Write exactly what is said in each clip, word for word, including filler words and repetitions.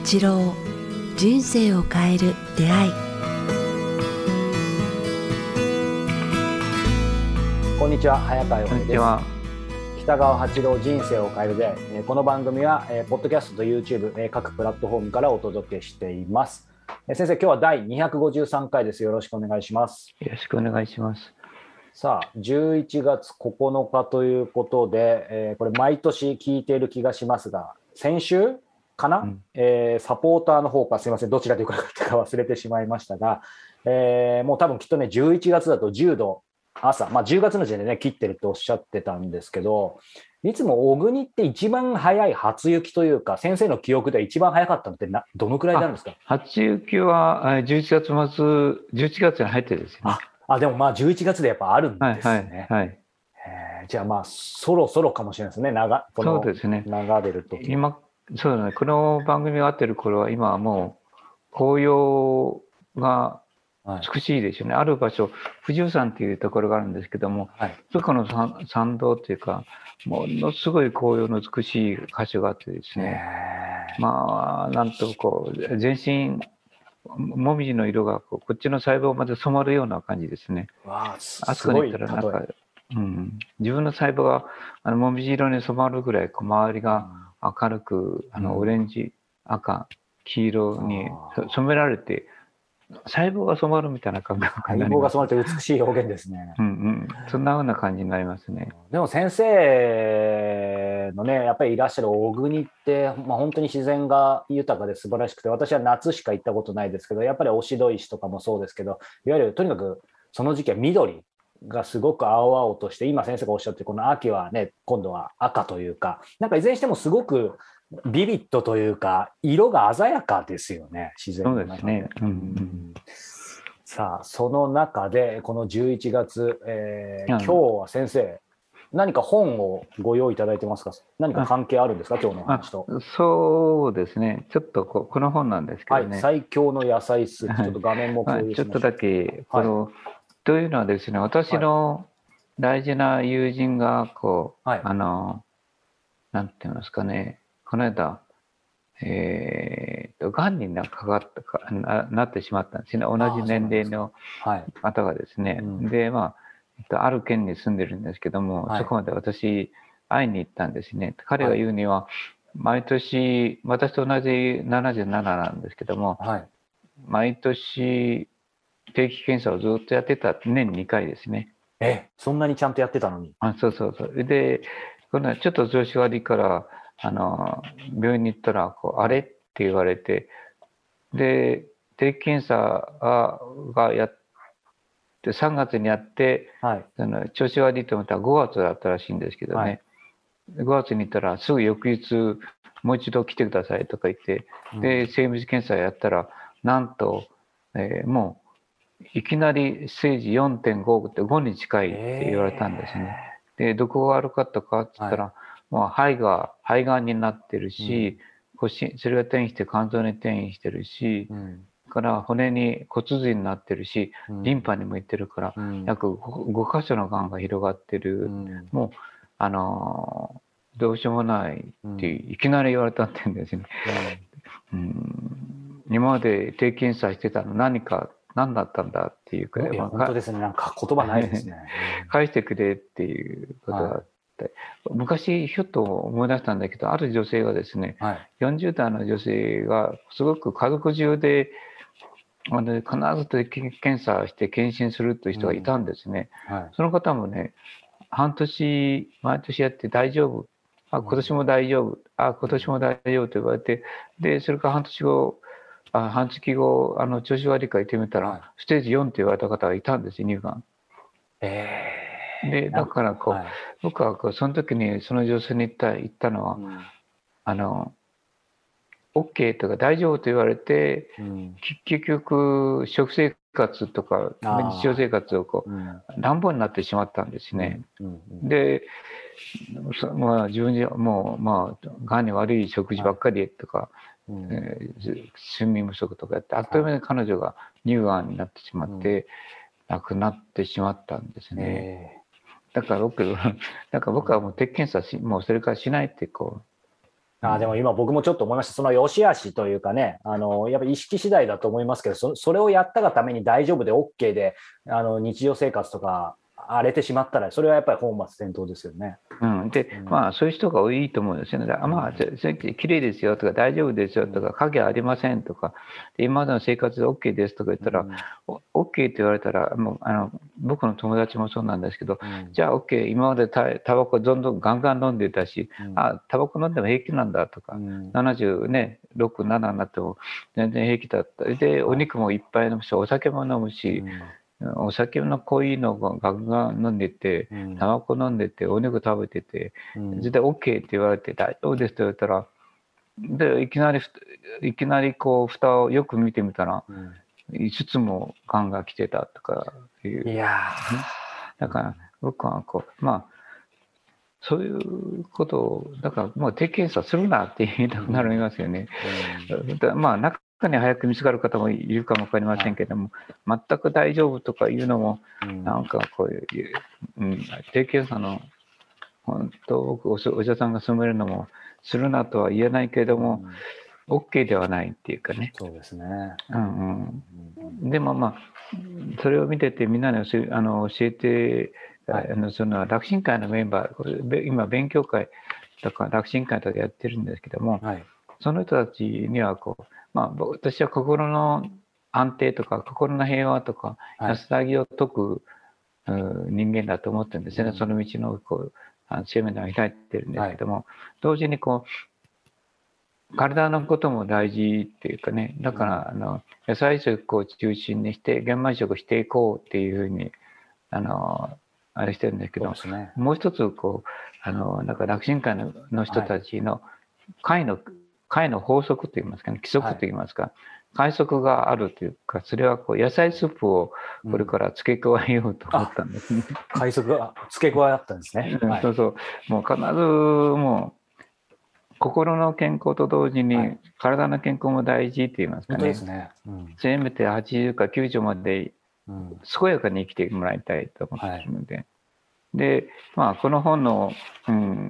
八郎、人生を変える出会い。 こんにちは、早川洋平です。 は北川八郎、人生を変える出会い。えーこの番組は、えー、ポッドキャストと YouTube、えー各プラットフォームからお届けしています。えー先生、今日はだいにひゃくごじゅうさんかいです。よろしくお願いします。 よろしくお願いします。 さあ、じゅういちがつここのかということで、えーこれ毎年聞いている気がしますが、先週かな、 うんえーサポーターの方か、すいません、どちらでよかったか忘れてしまいましたが、えーもう多分きっとね、じゅういちがつだとじゅうど、朝、まあ、じゅうがつの時点でね、切ってるっておっしゃってたんですけど、いつも小国って一番早い初雪というか、先生の記憶で一番早かったのってなどのくらいなんですか？ 初雪はえーじゅういちがつまつ、じゅういちがつに入ってですね。 ああ、でもまあじゅういちがつでやっぱあるんはいですね。 はいはい。 えーじゃあまあそろそろかもしれないですね。長このそうですね。 流れると。 今、そうだね。この番組が合ってる頃は今はもう紅葉がはい美しいでしょうね。ある場所、富士山っていうところがあるんですけども、 はい。 そこの山山道というか、ものすごい紅葉の美しい箇所があってですね。 えーまあ、なんとこう、全身、もみじの色がこうこっちの細胞まで染まるような感じですね。 わあ、すあそこに行っすごい例たらなんか、 え。 うん、自分の細胞があのもみじ色に染まるぐらいこう周りが明るく、あのオレンジ、赤、黄色にあー染められて、細胞が染まるみたいな感覚になります。 細胞が染まるって美しい表現ですね。 うんうん、そんなような感じになりますね。 でも先生のね、やっぱりいらっしゃる小国って、まあ、本当に自然が豊かで素晴らしくて、私は夏しか行ったことないですけど、やっぱりおしど石とかもそうですけど、いわゆるとにかくその時期は緑がすごく青々として、今先生がおっしゃってるこの秋はね、今度は赤というか、なんかいずれにしてもすごくビビッドというか、色が鮮やかですよね、自然その中で。 うですね。うんううんんさあ、その中で、このじゅういちがつ、えーうん今日は先生、何か本をご用意いただいてますか？何か関係あるんですか、今日のお話と。 あ、そうですね。ちょっとここの本なんですけはい、 どね。 最強の野菜スープ、ちょっと画面もまあ、 共有しましょう。 ちょっとだけ、この、というのはですね、私はいの大事な友人が、こう、 はいあの、なんていうんですかね、この間、えーと、がんになかかったかな、なってしまったんですね。同じ年齢のはい、 方がですね。 うんで、まあ、えっと、ある県に住んでるんですけども、 はいそこまで私、会いに行ったんですね。彼が言うには、毎年、私と同じななじゅうなななんですけども、 はい。 毎年定期検査をずっとやってた、年にかいですね。 え、そんなにちゃんとやってたのに。 あ、そうそうそう。で、このちょっと調子悪いから、あの、病院に行ったら、こう、あれって言われて、で、定期検査ががやって、さんがつにやって、 はい、 あの調子悪いと思ったらごがつだったらしいんですけどね。ごがつに行ったら、すぐ翌日、もう一度来てくださいとか言って、で、精密検査やったら、なんと、えーもう、いきなりステージ よんてんご ってごに近いって言われたんですね。で、どこが悪かったかって言ったら、まあ、肺が、肺がんになってるし、腰それが転移して肝臓に転移してるし、 うんから骨に骨髄になってるし、 うんリンパにも行ってるから、 うん約ごかしょのがんが広がってる。 うんもう、あのーどうしようもないっていきなり言われたって言うんですね。うん今まで定期検査してたの何か何だったんだっていうか、 いや、 まあ本当ですね。なんか言葉ないですね。 返してくれっていうことがあって、昔ひょっと思い出したんだけど、ある女性がですね、 はい、 よんじゅう代の女性がすごく家族中であの必ず定期検査して検診するという人がいたんですね。 はい、 その方もね、半年毎年やって大丈夫、あ今年も大丈夫、あ今年も大丈夫と言われて、でそれから半年後、あ半月後あの調子悪いから行ってみたら、 はいステージよんと言われた方がいたんですよ、乳がん。 えーでだからこう、 はい僕はこうその時にその女性に言った言ったのは、 うんあの OK とか大丈夫と言われて、 うん結局食生活とかあー日常生活をこううん乱暴になってしまったんですね。 うんうんで、そまあ、自分でもうまあがんに悪い食事ばっかりとか、 うんえー睡眠不足とかやってあっという間に彼女が乳がんになってしまって、亡くなってしまったんですね。 えだから僕だから僕はもう定期検査しもうそれからしないってこうあでも今僕もちょっと思いました。その良し悪しというかね、あのやっぱ意識次第だと思いますけど、そ、それをやったがために大丈夫で OK で、あの日常生活とか荒れてしまったら、それはやっぱり本末転倒ですよね。 うん、で、 うん、ままあそういう人が多いと思うんですよね。あまあ、それ綺麗ですよとか、大丈夫ですよとか、影ありませんとか、で今までの生活で OK ですとか言ったら、うん、OK って言われたら、もうあの僕の友達もそうなんですけど、うん、じゃあ OK、今までタタバコどんどんガンガン飲んでたし、うん、あタバコ飲んでも平気なんだとか、うん、ななじゅうろく、ななになっても全然平気だった。で、お肉もいっぱい飲むし、お酒も飲むし、うんお酒の濃いのがガンガン飲んでて、タバコ飲んでて、お肉食べてて、うん、絶対 OK って言われて、大丈夫ですって言われたら、で、いきなり、いきなりこう、蓋をよく見てみたら、うん、いつつもガンが来てたとかいう。 いやだから、僕はこう、まあ、そういうことを、だからもう定期検査するなって言いたくなりますよね。うんうん、まあ、中に早く見つかる方もいるかもわかりませんけども、はい、全く大丈夫とかいうのも、うん、なんかこういう、うん、定期検査の、本当、僕お、お医者さんが勧めるのも、するなとは言えないけれども、うん、OK ではないっていうかね。 そうですね。 うんうん、でもまあ、それを見てて、みんなに教えあの教えて、はい、あのその楽神会のメンバー、これ今、勉強会とか楽神会とかやってるんですけども、はい、その人たちにはこう、まあ、私は心の安定とか、心の平和とか、安らぎを説く、はい、人間だと思ってるんですね、うん、その道のこう強めのを開いてるんですけども、はい、同時にこう、体のことも大事っていうかね、だから、あの野菜食を中心にして、玄米食をしていこうっていうふうに、あの、あれしてるんですけど、ね、もう一つこうあのなんか楽神会の人たちの会の、はい、会の法則といいますかね、規則といいますか、はい、会則があるというか、それはこう野菜スープをこれから付け加えようと思ったんですね。うん、 会則が付け加えあったんですね。 はい、そうそう、もう必ずもう心の健康と同時に体の健康も大事って言いますかね。 本当ですね。うん、 せめてはちじゅうかきゅうじゅうまで健やかに生きてもらいたいと思っているので、はい、で、まあ、この本の、うん、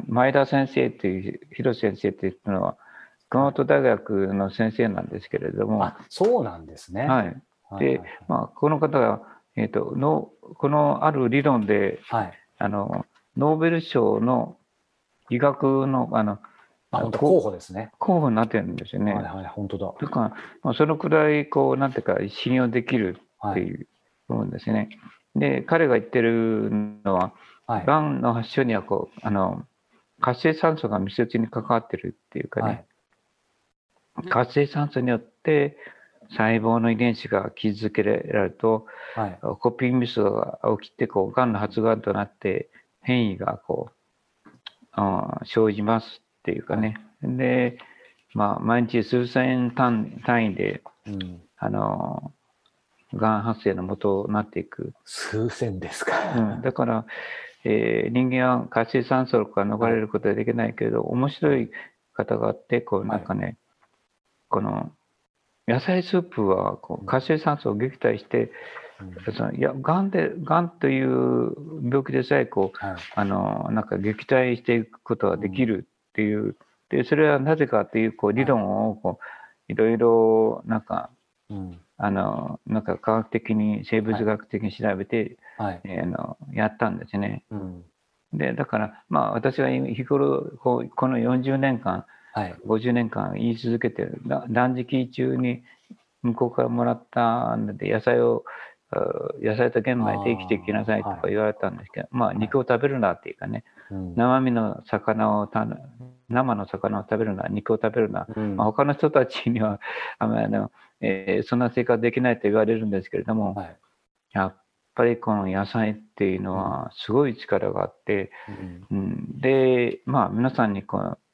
前田先生という広瀬先生というのは熊本大学の先生なんですけれども、 あ、そうなんですね。 はい。で、まあ、この方が、えーと、のこのある理論で、はい、あのノーベル賞の医学のあのあ本当候補ですね。 候補になってるんですよね。 はいはい、本当だ。 だから、まあ、そのくらいこうなんていうか信用できるっていう部分ですね。はい、で、彼が言ってるのは、はい、がんの発症にはこうあの活性酸素が密接に関わってるっていうかね、はい、活性酸素によって細胞の遺伝子が傷つけられると、はい、コピーミスが起きてこうがんの発がんとなって変異がこうあ生じますっていうかね、はい、で、まあ、毎日数千単位で、うん、あのがん発生の元になっていく。 数千ですか。 うん、だから、えー、人間は活性酸素から逃れることはできないけれど、はい、面白い方があってこうなんかね、はい、この野菜スープはこう活性酸素を撃退して、うん、そのいやがんでがんという病気でさえこう、はい、あのなんか撃退していくことができるっていう、うん、でそれはなぜかっていうこう理論をこういろいろなんか、うん、あのなんか科学的に生物学的に調べて、はいえー、あのやったんですね。うん、でだからまあ私は日頃こうこのよんじゅうねんかんはい、ごじゅうねんかん言い続けて断食中に向こうからもらったので野菜を野菜と玄米で生きていきなさいとか言われたんですけど、まあ肉を食べるなっていうかね、はい、生身の魚を生の魚を食べるな肉を食べるな、うんまあ、他の人たちにはあの、えー、そんな生活できないと言われるんですけれども、はい、やっぱりこの野菜っていうのはすごい力があって、うんうん、でまあ皆さんにこの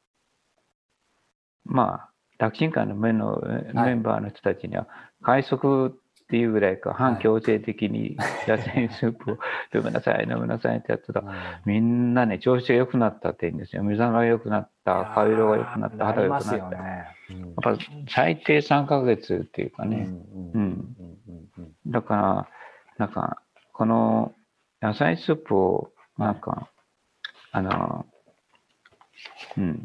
まあ、楽神会のメンのメンバーの人たちには、会食っていうぐらいか、反強制的に野菜スープを飲みなさい、飲みなさいってやったら、みんなね、調子が良くなったって言うんですよ。目覚めが良くなった、顔色が良くなった、肌が良くなった。やっぱ最低さんかげつっていうかね。だから、なんか、この野菜スープを、なんか、あの、うん。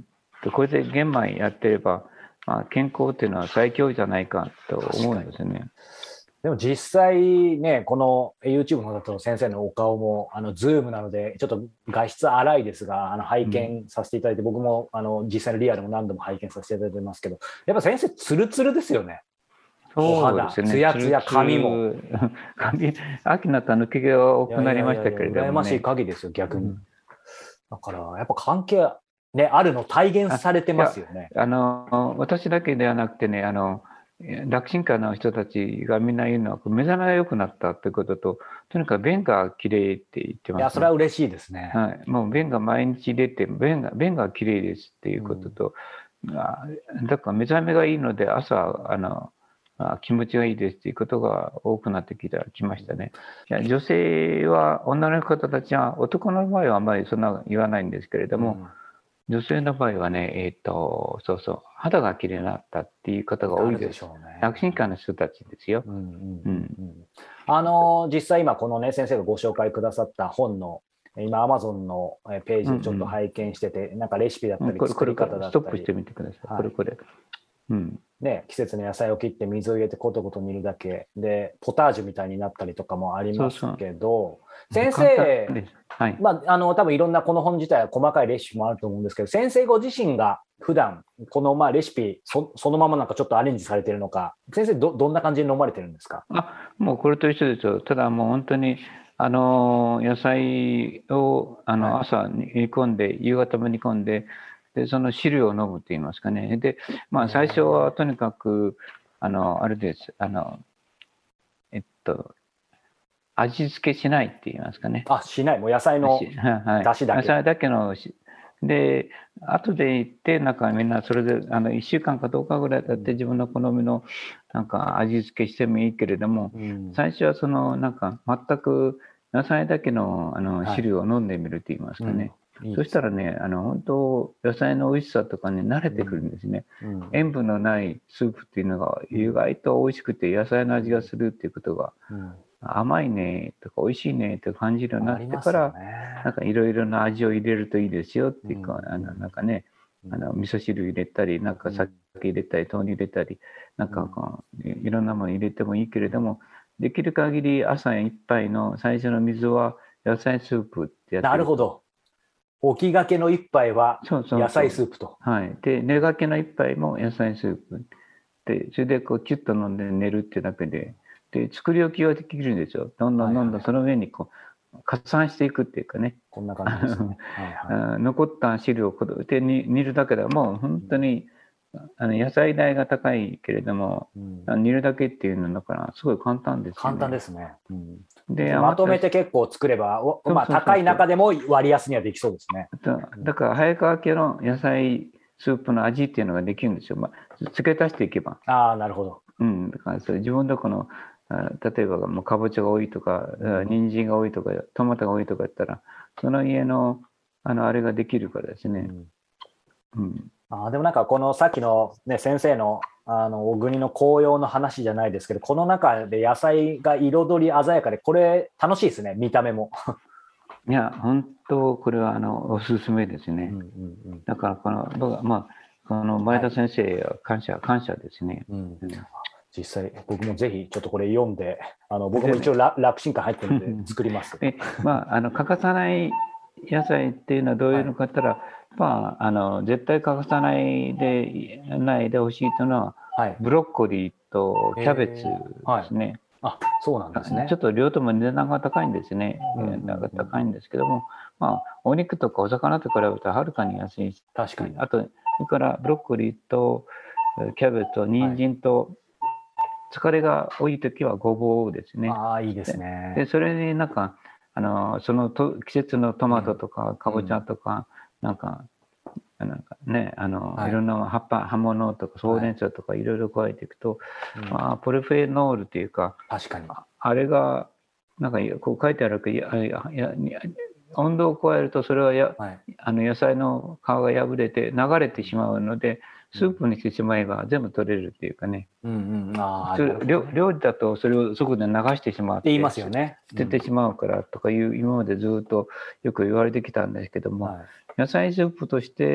これで玄米やってれば、まあ、健康っていうのは最強じゃないかと思うんですね。 でも実際ね、この YouTube の方の先生のお顔も、あの、ズームなので、ちょっと画質荒いですが、あの、拝見させていただいて、うん、僕も、あの、実際のリアルも何度も拝見させていただいてますけど、やっぱ先生、ツルツルですよね。 そうですね。 ツヤツヤ、髪も。 髪、秋になった抜け毛が多くなりましたけれども、ね。 羨ましい限りですよ、逆に。うん、だから、やっぱ関係、ね、あるの体現されてますよね。 あ, あの、私だけではなくてね、あの、楽神家の人たちがみんな言うのは目覚めが良くなったということと、とにかく便がきれいって言ってます、ね。 いや、それは嬉しいですね。 はい、もう便が毎日出て、便が便がきれいですっていうことと、うん、だから目覚めがいいので朝あの気持ちがいいですっていうことが多くなってきたきましたね。いや女性は女の方たちは、男の場合はあまりそんな言わないんですけれども。うん、女性の場合はね、えっと、そうそう、肌が綺麗になったっていう方が多いです。楽神家の人たちですよ。 あの、実際今このね、先生がご紹介くださった本の、今、アマゾンのページをちょっと拝見してて、うんうん、なんかレシピだったり、作り方だったり。 ストップしてみてください。はい、これこれ。 うん、ね、季節の野菜を切って水を入れてコトコト煮るだけで、ポタージュみたいになったりとかもありますけど、そうそう、先生、はい、まあ、あの多分いろんなこの本自体は細かいレシピもあると思うんですけど、先生ご自身が普段このまあレシピ そ, そのままなんかちょっとアレンジされてるのか、先生 ど, どんな感じに飲まれてるんですか？ あ、もうこれと一緒ですよ。ただもう本当にあの野菜をあの朝煮込んで、はい、夕方も煮込んで、でその汁を飲むって言いますかね。で、まあ、最初はとにかくあのあれです、あのえっと味付けしないって言いますかね。 あ、しない。もう野菜の出汁だけ。 はい、野菜だけの。で、後で行って、なんかみんなそれで、あの、いっしゅうかんかどうかぐらい経って自分の好みの、なんか味付けしてもいいけれども、うん、最初はその、なんか全く野菜だけの、あの、汁を飲んでみるって言いますかね。はいうん、いいそしたらね、あの、本当野菜の美味しさとかね、慣れてくるんですね。うんうん、塩分のないスープっていうのが意外と美味しくて、野菜の味がするっていうことが、うん甘いねとか美味しいねと感じるようになってから、ね、なんかいろいろな味を入れるといいですよっていうか、うん、あのなんかね、うん、あの味噌汁入れたり、なんか酒入れたり、豆乳入れたり、なんかこういろんなもの入れてもいいけれども、できる限り朝一杯の最初の水は野菜スープってやってる。 なるほど。起きがけの一杯は野菜スープと。 そうそうそうはい。で、寝がけの一杯も野菜スープ。で、それでこうキュッと飲んで寝るってだけで。で作り置きができるんですよ。どんどんどんどんその上にこう加算していくっていうかね。 こんな感じですね。 はいはい、残った汁をで煮るだけではもう本当に、うん、あの野菜代が高いけれども、うん、煮るだけっていうのだからすごい簡単ですよね。 簡単ですね。うん、でまとめて結構作れば、まあ、高い中でも割安にはできそうですね。 だから早川家の野菜スープの味っていうのができるんですよ。まあ、付け足していけば。 ああ、なるほど。 うん、だからそれ自分のこの例えばもうかぼちゃが多いとか、人参が多いとか、トマトが多いとか言ったら、その家のあのあれができるからですね。 うんうん、あでもなんかこのさっきの、ね、先生のあの小国の紅葉の話じゃないですけど、この中で野菜が彩り鮮やかで、これ楽しいですね、見た目も。 いや、本当これはあのおすすめですね。うんうんうん、だからこの僕はまあこの前田先生は感謝、はい、感謝ですね。うんうん実際僕もぜひちょっとこれ読んで、あの僕も一応楽神感入ってるんで作ります。 えまああの欠かさない野菜っていうのはどういうのかって言ったら、はい、まああの絶対欠かさないでないでほしいというのは、はい、ブロッコリーとキャベツですね。はいあ、そうなんですね。 ちょっと両とも値段が高いんですね。値段が高いんですけども、まあお肉とかお魚と比べるとはるかに安いし、 確かに。 あとそれからブロッコリーとキャベツと人参と、はい疲れが多い時はごぼうですね。 ああ、いいですね。 で、それになんか、あの、そのと季節のトマトとか、かぼちゃとか、うん、なんか、なんかね、あの、はい、いろんな葉っぱ、葉物とか、ほうれん草とかいろいろ加えていくと、はいまあ、ポリフェノールっていうか、 確かに。 あれが、なんか、こう書いてあるけど、やや温度を加えると、それはや、はい、あの野菜の皮が破れて流れてしまうので、スープにしてしまえば全部取れるっていうかね。うんうん、あ料, 料理だとそれをそこで流してしまって言いますよね。 捨ててしまうからとかいう今までずっとよく言われてきたんですけども、はい、野菜スープとして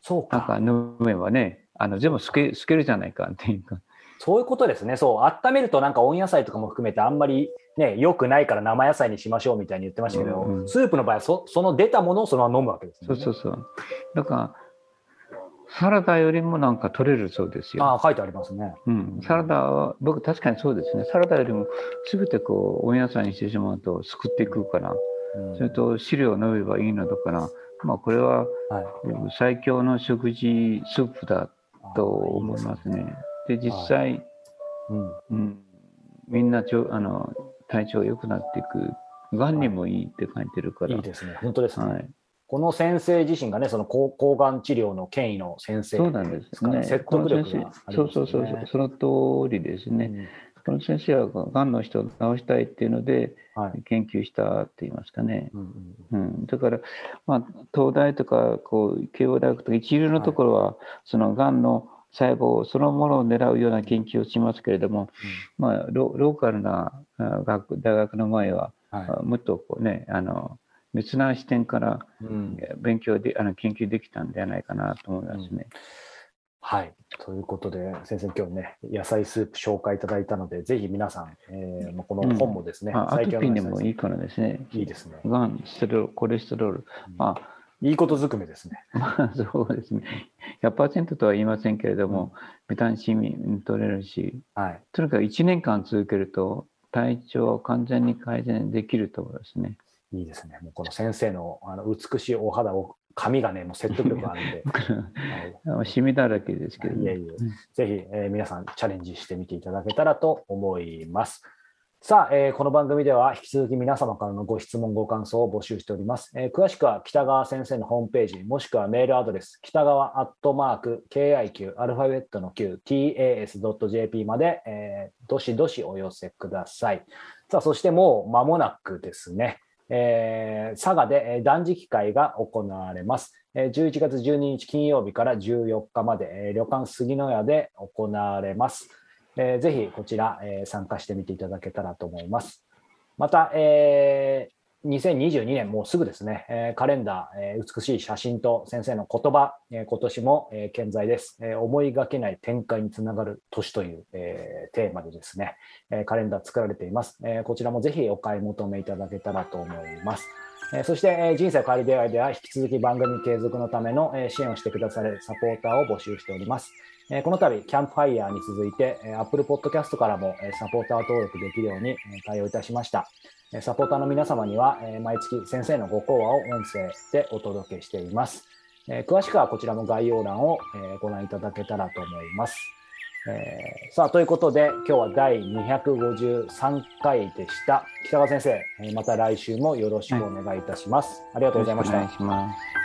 そうか。 なんかぬめばね、あの全部透け、透けるじゃないかっていうか。 そういうことですね。そう、温めるとなんか温野菜とかも含めてあんまりね、良くないから生野菜にしましょうみたいに言ってましたけど、 うんうん、 スープの場合はそ、その出たものをそのまま飲むわけですね。 そうそうそう。だから、サラダよりもなんか取れるそうですよ。 ああ、書いてありますね。 うん。サラダは、僕確かにそうですね。サラダよりも全てこう、温野菜にしてしまうとすくっていくから、うん、それと汁を飲めばいいのだから、まあこれは最強の食事スープだと思いますね。で、実際、はい、うんうん、みんなちょあの体調が良くなっていく、がんにもいいって書いてるから。 いいですね。本当ですね。はい、 この先生自身がね、その抗抗がん治療の権威の先生そうなんですね。 説得力がありますね。 そうそうそうそう、その通りですね。うん、この先生はがんの人を治したいっていうので研究したって言いますかね。はい、うんうん、だから、まあ、東大とかこう慶応大学とか一流のところは、はい、そのがんの細胞そのものを狙うような研究をしますけれども、うん、まあ、ロ, ローカルな学大学の前は、はい、もっとこうね、あの別な視点から勉強で、うん、あの研究できたんではないかなと思いますね。うん、 はい。ということで、先生今日ね、野菜スープ紹介いただいたので、ぜひ皆さん、えー、この本もですね、 うん、アトピーでもいいからですね。 いいですね。 がん、ステロール、コレステロール。うん、まあ、 いいことずくめですね。 まあ、そうですね。ひゃくパーセント とは言いませんけれども、うん、メタンシミン取れるし、はい、とにかくいちねんかん続けると、体調を完全に改善できると思いますね。 いいですね。もうこの先生の、あの美しいお肌を、髪がね、もう説得力があるんで。 はい、シミだらけですけど、ね。 いえいえ、ぜひ、えー、皆さんチャレンジしてみていただけたらと思います。さあ、えー、この番組では引き続き皆様からのご質問、ご感想を募集しております。えー、詳しくは北川先生のホームページ、もしくはメールアドレス、北川アットマーク ケーアイキュー アルファベットの Q、ティーエーエスドットジェーピー まで、えー、どしどしお寄せください。さあ、そしてもう間もなくですね、えー、佐賀で断食会が行われます。じゅういちがつじゅうににち金曜日からじゅうよっかまで旅館杉の屋で行われます。えー、ぜひこちら、えー、参加してみていただけたらと思います。また、えー、にせんにじゅうにねんもうすぐですね、えー、カレンダー、えー、美しい写真と先生の言葉、えー、今年も、えー、健在です、えー。思いがけない展開につながる年という、えー、テーマでですね、えー、カレンダー作られています。えー、こちらもぜひお買い求めいただけたらと思います。えー、そして、えー、人生を変える出会いでは引き続き番組継続のための、えー、支援をしてくださるサポーターを募集しております。えー、この度キャンプファイヤーに続いて、えー、Apple Podcast からも、えー、サポーター登録できるように、えー、対応いたしました。サポーターの皆様には、えー、毎月先生のご講話を音声でお届けしています。えー、詳しくはこちらの概要欄を、えー、ご覧いただけたらと思います。えー、さあということで今日はだいにひゃくごじゅうさんかいでした。北川先生、また来週もよろしくお願いいたします。はい、ありがとうございました。 よろしくお願いします。